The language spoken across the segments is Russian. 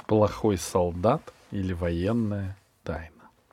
Плохой солдат или военная тайна.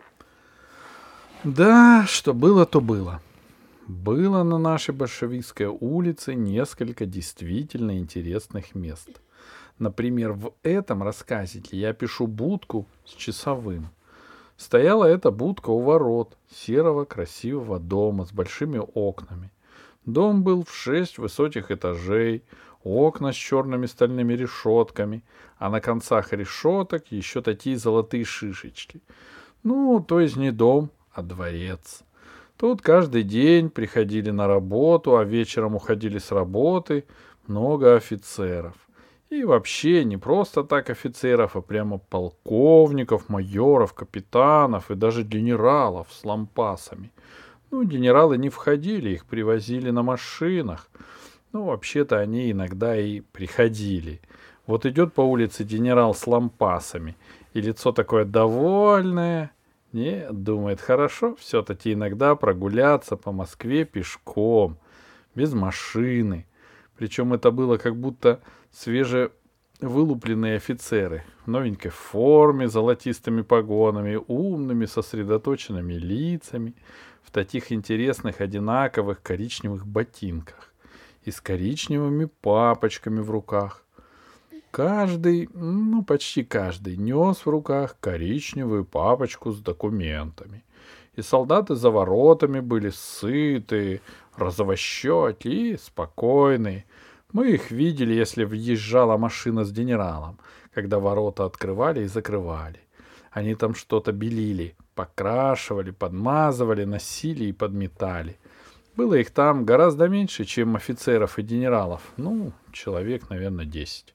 Да, что было, то было. Было на нашей большевистской улице несколько действительно интересных мест. Например, в этом рассказике я пишу будку с часовым. Стояла эта будка у ворот серого красивого дома с большими окнами. Дом был в 6 высоких этажей, окна с черными стальными решетками, а на концах решеток еще такие золотые шишечки. Ну, то есть не дом, а дворец. Тут каждый день приходили на работу, а вечером уходили с работы много офицеров. И вообще не просто так офицеров, а прямо полковников, майоров, капитанов и даже генералов с лампасами. Ну, генералы не входили, их привозили на машинах. Ну, вообще-то они иногда и приходили. Вот идет по улице генерал с лампасами, и лицо такое довольное. Нет, думает, хорошо все-таки иногда прогуляться по Москве пешком, без машины. Причем это было как будто свежевылупленные офицеры в новенькой форме, золотистыми погонами, умными, сосредоточенными лицами, в таких интересных одинаковых коричневых ботинках и с коричневыми папочками в руках. Каждый, ну почти каждый, нес в руках коричневую папочку с документами. И солдаты за воротами были сытые, розовощекие и спокойные. Мы их видели, если въезжала машина с генералом, когда ворота открывали и закрывали. Они там что-то белили, покрашивали, подмазывали, носили и подметали. Было их там гораздо меньше, чем офицеров и генералов. Ну, человек, наверное, 10.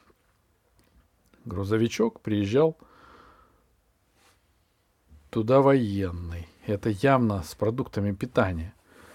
Грузовичок приезжал туда военный. Это явно с продуктами питания.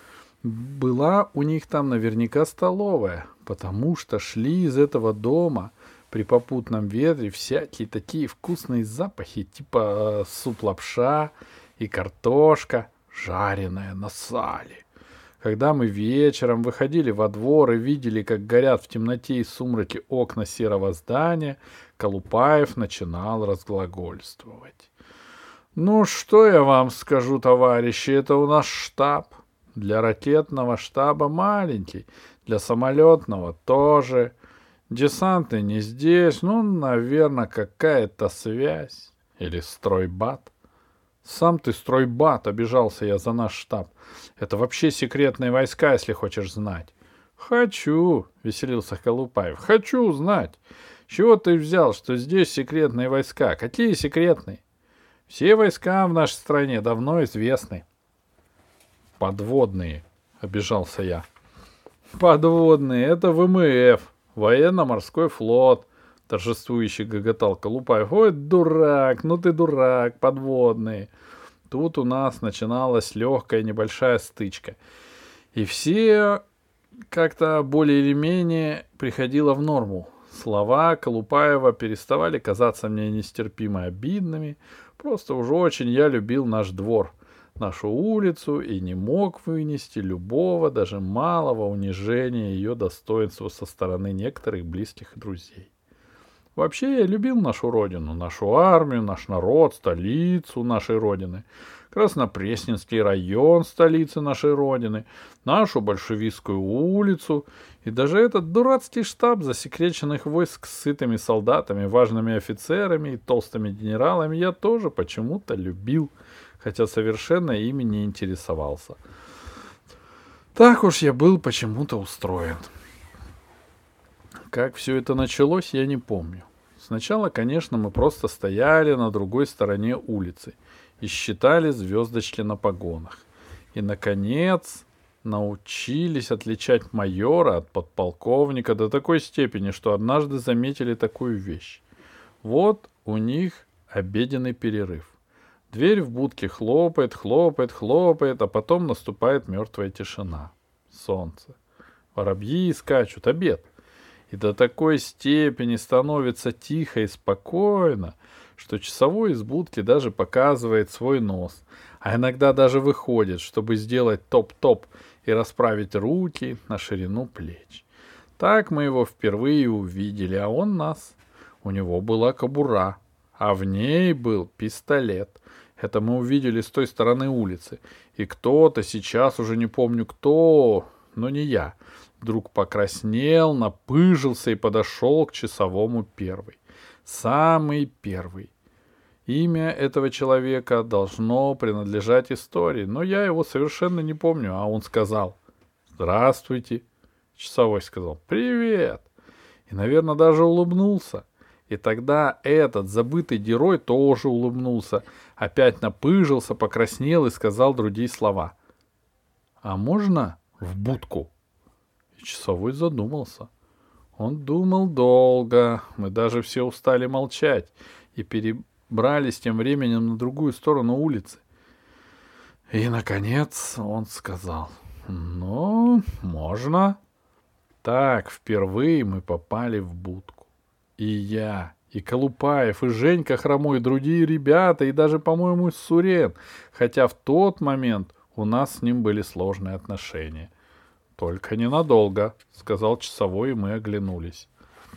Была у них там наверняка столовая, потому что шли из этого дома при попутном ветре всякие такие вкусные запахи, типа суп-лапша и картошка, жареная на сале. Когда мы вечером выходили во двор и видели, как горят в темноте и сумраке окна серого здания, Колупаев начинал разглагольствовать. «Ну, что я вам скажу, товарищи, это у нас штаб. Для ракетного штаба маленький, для самолетного тоже. Десантный не здесь, ну, наверное, какая-то связь. Или стройбат». «Сам ты стройбат», — обижался я за наш штаб. «Это вообще секретные войска, если хочешь знать». «Хочу», — веселился Колупаев, — «хочу знать. Чего ты взял, что здесь секретные войска? Какие секретные? Все войска в нашей стране давно известны». «Подводные», — обижался я. «Подводные — это ВМФ, военно-морской флот», — торжествующе гоготал Колупаев. «Ой, дурак, ну ты дурак, подводные». Тут у нас начиналась легкая небольшая стычка. И все как-то более или менее приходило в норму. Слова Колупаева переставали казаться мне нестерпимо обидными. Просто уже очень я любил наш двор, нашу улицу и не мог вынести любого, даже малого унижения ее достоинства со стороны некоторых близких друзей. Вообще я любил нашу родину, нашу армию, наш народ, столицу нашей родины, Краснопресненский район столицы нашей родины, нашу большевистскую улицу и даже этот дурацкий штаб засекреченных войск с сытыми солдатами, важными офицерами и толстыми генералами я тоже почему-то любил, хотя совершенно ими не интересовался. Так уж я был почему-то устроен. Как все это началось, я не помню. Сначала, конечно, мы просто стояли на другой стороне улицы и считали звездочки на погонах. И, наконец, научились отличать майора от подполковника до такой степени, что однажды заметили такую вещь. Вот у них обеденный перерыв. Дверь в будке хлопает, хлопает, хлопает, а потом наступает мертвая тишина. Солнце. Воробьи скачут, обед. И до такой степени становится тихо и спокойно, что часовой из будки даже показывает свой нос, а иногда даже выходит, чтобы сделать топ-топ и расправить руки на ширину плеч. Так мы его впервые увидели, а он нас. У него была кобура, а в ней был пистолет. Это мы увидели с той стороны улицы. И кто-то, сейчас уже не помню кто, но не я, вдруг покраснел, напыжился и подошел к часовому первый. Самый первый. Имя этого человека должно принадлежать истории, но я его совершенно не помню, а он сказал: «Здравствуйте». Часовой сказал: «Привет». И, наверное, даже улыбнулся. И тогда этот забытый герой тоже улыбнулся, опять напыжился, покраснел и сказал другие слова. «А можно в будку?» И часовой задумался. Он думал долго, мы даже все устали молчать и перебрались тем временем на другую сторону улицы. И, наконец, он сказал: «Ну, можно». Так впервые мы попали в будку. И я, и Колупаев, и Женька Хромой, и другие ребята, и даже, по-моему, Сурен, хотя в тот момент у нас с ним были сложные отношения. «Только ненадолго», — сказал часовой, и мы оглянулись.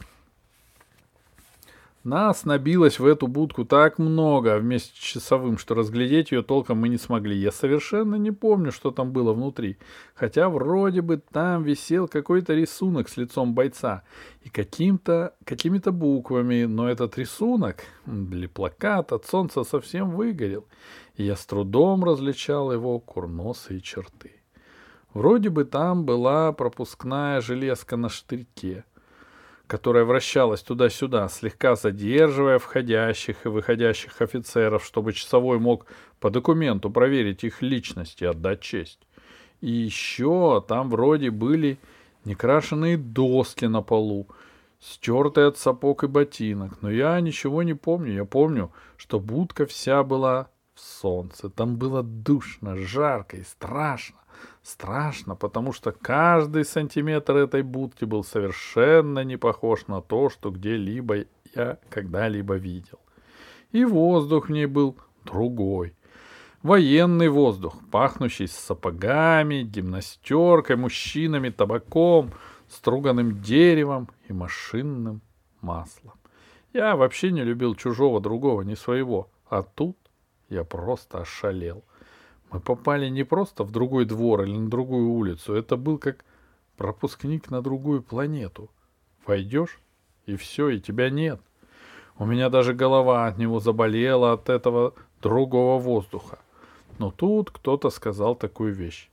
Нас набилось в эту будку так много вместе с часовым, что разглядеть ее толком мы не смогли. Я совершенно не помню, что там было внутри. Хотя вроде бы там висел какой-то рисунок с лицом бойца и какими-то буквами, но этот рисунок для плаката от солнца совсем выгорел, и я с трудом различал его курносые черты. Вроде бы там была пропускная железка на штырьке, которая вращалась туда-сюда, слегка задерживая входящих и выходящих офицеров, чтобы часовой мог по документу проверить их личность и отдать честь. И еще там вроде были некрашенные доски на полу, стертые от сапог и ботинок. Но я ничего не помню. Я помню, что будка вся была в солнце. Там было душно, жарко и страшно. Страшно, потому что каждый сантиметр этой будки был совершенно не похож на то, что где-либо я когда-либо видел. И воздух в ней был другой. Военный воздух, пахнущий сапогами, гимнастеркой, мужчинами, табаком, струганным деревом и машинным маслом. Я вообще не любил чужого, другого, не своего. А тут я просто ошалел. Мы попали не просто в другой двор или на другую улицу. Это был как пропускник на другую планету. Войдешь, и все, и тебя нет. У меня даже голова от него заболела, от этого другого воздуха. Но тут кто-то сказал такую вещь: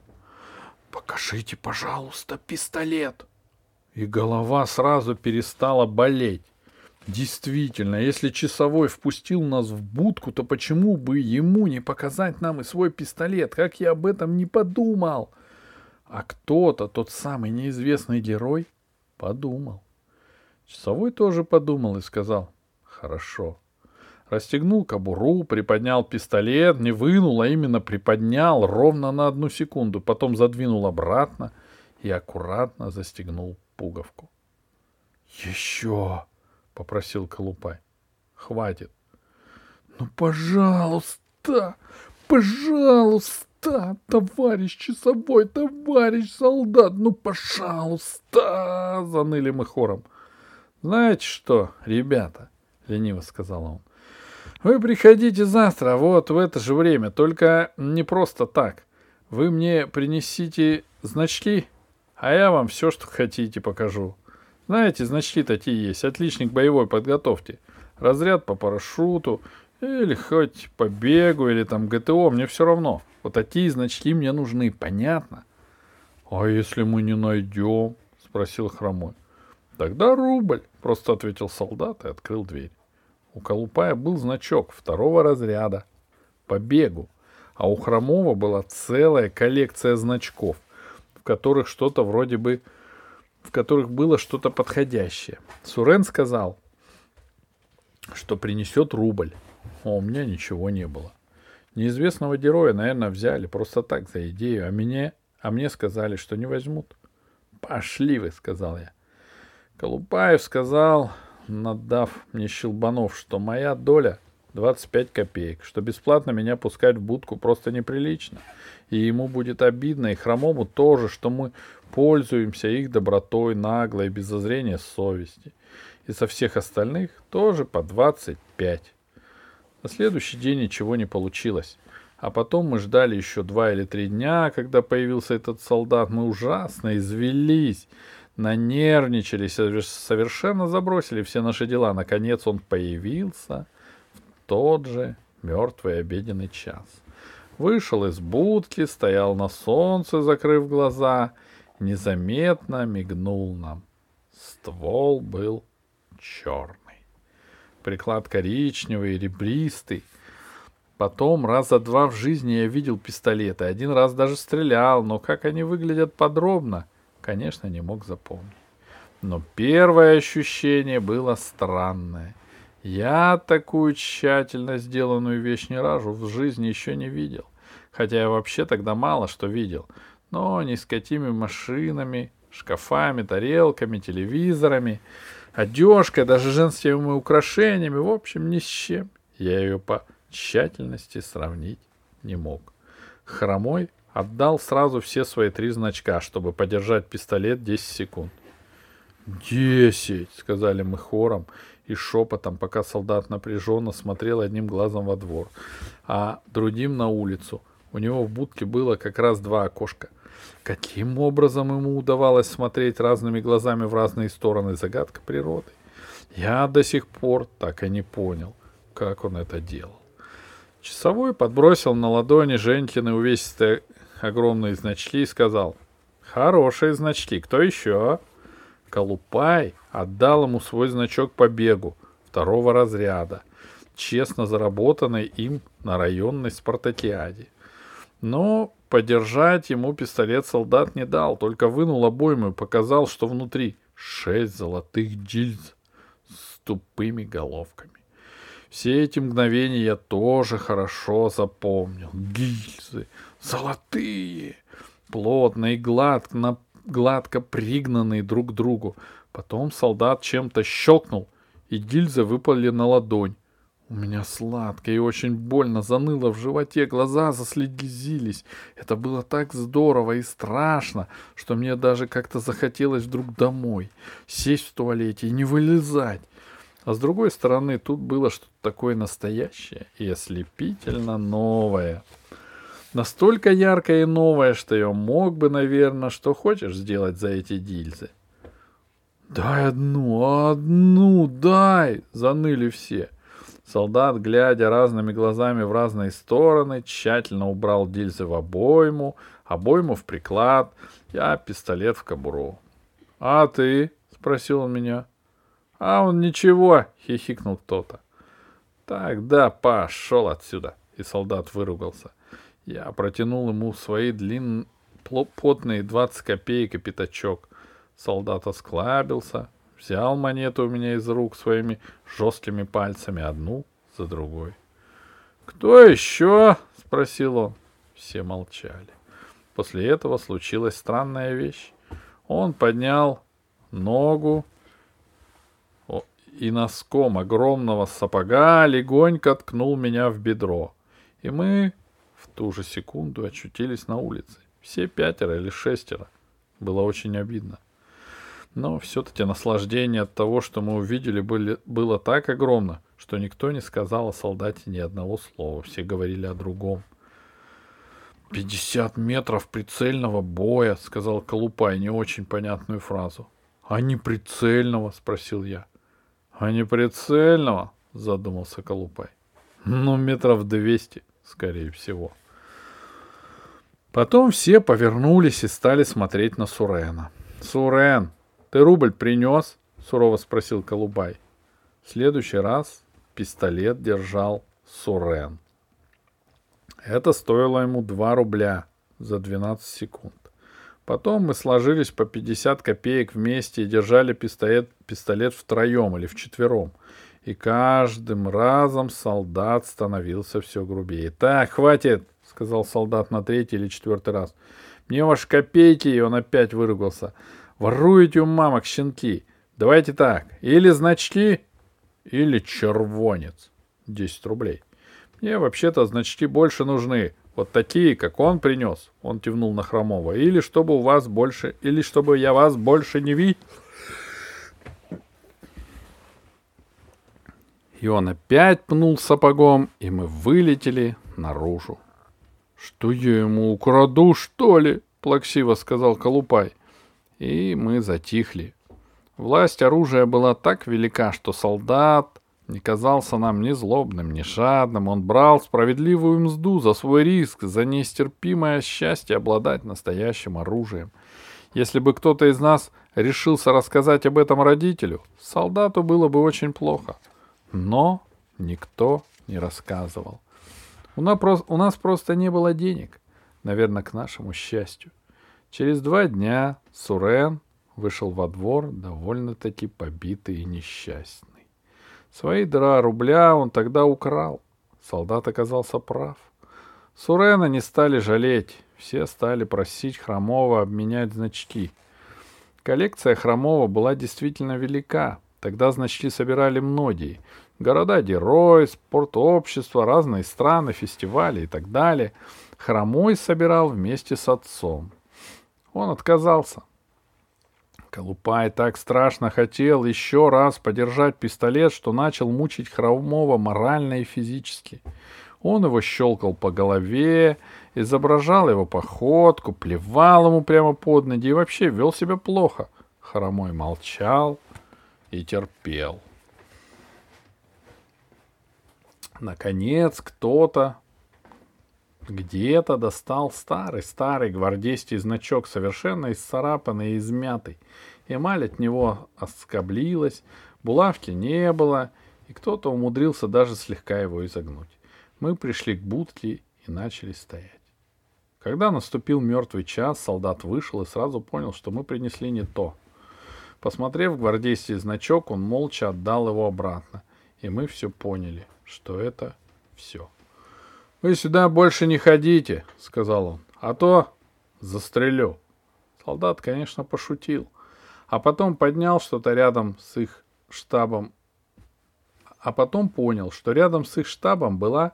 «Покажите, пожалуйста, пистолет». И голова сразу перестала болеть. Действительно, если часовой впустил нас в будку, то почему бы ему не показать нам и свой пистолет? Как я об этом не подумал? А кто-то, тот самый неизвестный герой, подумал. Часовой тоже подумал и сказал: «Хорошо». Расстегнул кобуру, приподнял пистолет, не вынул, а именно приподнял ровно на 1 секунду, потом задвинул обратно и аккуратно застегнул пуговку. «Еще!» — попросил Колупай. «Хватит». «Ну, пожалуйста, пожалуйста, товарищ часовой, товарищ солдат, ну, пожалуйста!» — заныли мы хором. «Знаете что, ребята?» — лениво сказал он. «Вы приходите завтра, вот в это же время, только не просто так. Вы мне принесите значки, а я вам все, что хотите, покажу. Знаете, значки такие есть, отличник боевой подготовки, разряд по парашюту, или хоть по бегу, или там ГТО, мне все равно. Вот такие значки мне нужны, понятно?» «А если мы не найдем?» — спросил Хромой. «Тогда рубль», — просто ответил солдат и открыл дверь. У Колупая был значок 2 разряда по бегу, а у Хромого была целая коллекция значков, в которых было что-то подходящее. Сурен сказал, что принесет рубль, а у меня ничего не было. Неизвестного героя, наверное, взяли просто так, за идею, а мне сказали, что не возьмут. «Пошли вы», — сказал я. Колупаев сказал, надав мне щелбанов, что моя доля 25 копеек, что бесплатно меня пускать в будку просто неприлично, и ему будет обидно, и Хромому тоже, что мы пользуемся их добротой нагло и без зазрения совести. и со всех остальных тоже по 25. На следующий день ничего не получилось. А потом мы ждали еще 2 или 3 дня, когда появился этот солдат. Мы ужасно извелись, нанервничались, совершенно забросили все наши дела. Наконец он появился в тот же мертвый обеденный час. Вышел из будки, стоял на солнце, закрыв глаза, незаметно мигнул нам. Ствол был черный. Приклад коричневый, ребристый. Потом раза 2 в жизни я видел пистолеты. 1 раз даже стрелял, но как они выглядят подробно, конечно, не мог запомнить. Но первое ощущение было странное. Я такую тщательно сделанную вещь ни разу в жизни еще не видел. Хотя я вообще тогда мало что видел. Но ни с какими машинами, шкафами, тарелками, телевизорами, одежкой, даже женскими украшениями, в общем, ни с чем. Я ее по тщательности сравнить не мог. Хромой отдал сразу все свои 3 значка, чтобы подержать пистолет 10 секунд. 10, сказали мы хором и шепотом, пока солдат напряженно смотрел одним глазом во двор, а другим на улицу. У него в будке было как раз 2 окошка. Каким образом ему удавалось смотреть разными глазами в разные стороны — загадка природы. Я до сих пор так и не понял, как он это делал. Часовой подбросил на ладони Женькины увесистые огромные значки и сказал: «Хорошие значки, кто еще?» Колупай отдал ему свой значок по бегу 2 разряда, честно заработанный им на районной спартакиаде. Но подержать ему пистолет солдат не дал, только вынул обойму и показал, что внутри 6 золотых гильз с тупыми головками. Все эти мгновения я тоже хорошо запомнил. Гильзы золотые, плотно и гладко пригнанные друг к другу. Потом солдат чем-то щелкнул, и гильзы выпали на ладонь. У меня сладко и очень больно заныло в животе, глаза заслезились. Это было так здорово и страшно, что мне даже как-то захотелось вдруг домой, сесть в туалете и не вылезать. А с другой стороны, тут было что-то такое настоящее и ослепительно новое. Настолько яркое и новое, что я мог бы, наверное, что хочешь сделать за эти гильзы. «Дай одну, дай!» — заныли все. Солдат, глядя разными глазами в разные стороны, тщательно убрал гильзы в обойму в приклад, а пистолет в кобуру. «А ты?» — спросил он меня. «А он ничего!» — хихикнул кто-то. «Тогда пошел отсюда!» — и солдат выругался. Я протянул ему свои плотные 20 копеек и пятачок. Солдат осклабился, взял монету у меня из рук своими жесткими пальцами, одну за другой. «Кто еще?» — спросил он. Все молчали. После этого случилась странная вещь. Он поднял ногу и носком огромного сапога легонько ткнул меня в бедро. И мы в ту же секунду очутились на улице. Все 5 или 6. Было очень обидно. Но все-таки наслаждение от того, что мы увидели, было так огромно, что никто не сказал о солдате ни одного слова. Все говорили о другом. 50 метров прицельного боя, — сказал Колупай не очень понятную фразу. — А не прицельного? — спросил я. — А не прицельного? — задумался Колупай. — Ну, метров 200, скорее всего. Потом все повернулись и стали смотреть на Сурена. — Сурен, ты рубль принес? — сурово спросил Колупай. В следующий раз пистолет держал Сурен. Это стоило ему 2 рубля за 12 секунд. Потом мы сложились по 50 копеек вместе и держали пистолет втроем или вчетвером. И каждым разом солдат становился все грубее. — Так, хватит, — сказал солдат на 3-й или 4-й раз. — Мне ваши копейки, — и он опять выругался. — Воруете у мамок, щенки. Давайте так, или значки, или червонец. 10 рублей. Мне вообще-то значки больше нужны. Вот такие, как он принес. Он кивнул на Хромова. Или чтобы я вас больше не видел. И он опять пнул сапогом, и мы вылетели наружу. — Что я ему украду, что ли? — плаксиво сказал Колупай. И мы затихли. Власть оружия была так велика, что солдат не казался нам ни злобным, ни жадным. Он брал справедливую мзду за свой риск, за нестерпимое счастье обладать настоящим оружием. Если бы кто-то из нас решился рассказать об этом родителю, солдату было бы очень плохо. Но никто не рассказывал. У нас просто не было денег, наверное, к нашему счастью. Через 2 дня Сурен вышел во двор довольно-таки побитый и несчастный. Свои 2 рубля он тогда украл. Солдат оказался прав. Сурена не стали жалеть. Все стали просить Хромова обменять значки. Коллекция Хромова была действительно велика. Тогда значки собирали многие. Города-герои, спортобщества, разные страны, фестивали и так далее. Хромой собирал вместе с отцом. Он отказался. Колупай так страшно хотел еще раз подержать пистолет, что начал мучить Хромова морально и физически. Он его щелкал по голове, изображал его походку, плевал ему прямо под ноги и вообще вел себя плохо. Хромой молчал и терпел. Наконец кто-то где-то достал старый гвардейский значок, совершенно исцарапанный и измятый. Эмаль от него оскоблилась, булавки не было, и кто-то умудрился даже слегка его изогнуть. Мы пришли к будке и начали стоять. Когда наступил мертвый час, солдат вышел и сразу понял, что мы принесли не то. Посмотрев гвардейский значок, он молча отдал его обратно, и мы все поняли, что это все. — Вы сюда больше не ходите, — сказал он, — а то застрелю. Солдат, конечно, пошутил, а потом поднял что-то рядом с их штабом, а потом понял, что рядом с их штабом было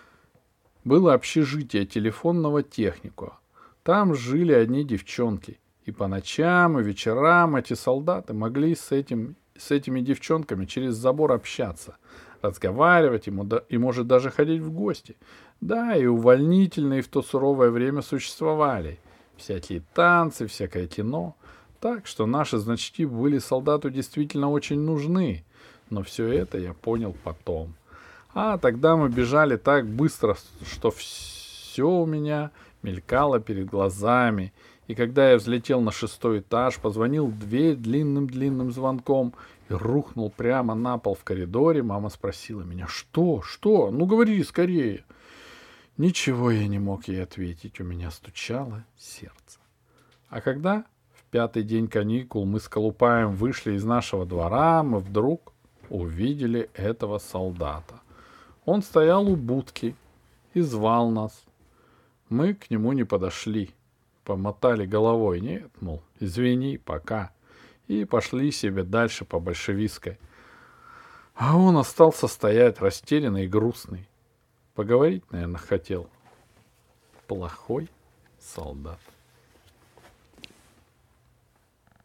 общежитие телефонного техникума. Там жили одни девчонки, и по ночам и вечерам эти солдаты могли с этими девчонками через забор общаться, разговаривать и, может, даже ходить в гости. Да, и увольнительные в то суровое время существовали. Всякие танцы, всякое кино. Так что наши значки были солдату действительно очень нужны. Но все это я понял потом. А тогда мы бежали так быстро, что все у меня мелькало перед глазами. И когда я взлетел на 6-й этаж, позвонил в дверь длинным звонком и рухнул прямо на пол в коридоре, мама спросила меня: «Что? Что? Ну говори скорее!» Ничего я не мог ей ответить, у меня стучало сердце. А когда в 5-й день каникул мы с Колупаем вышли из нашего двора, мы вдруг увидели этого солдата. Он стоял у будки и звал нас. Мы к нему не подошли, помотали головой: «Нет, мол, извини, пока», и пошли себе дальше по Большевистской. А он остался стоять растерянный и грустный. Поговорить, наверное, хотел. Плохой солдат.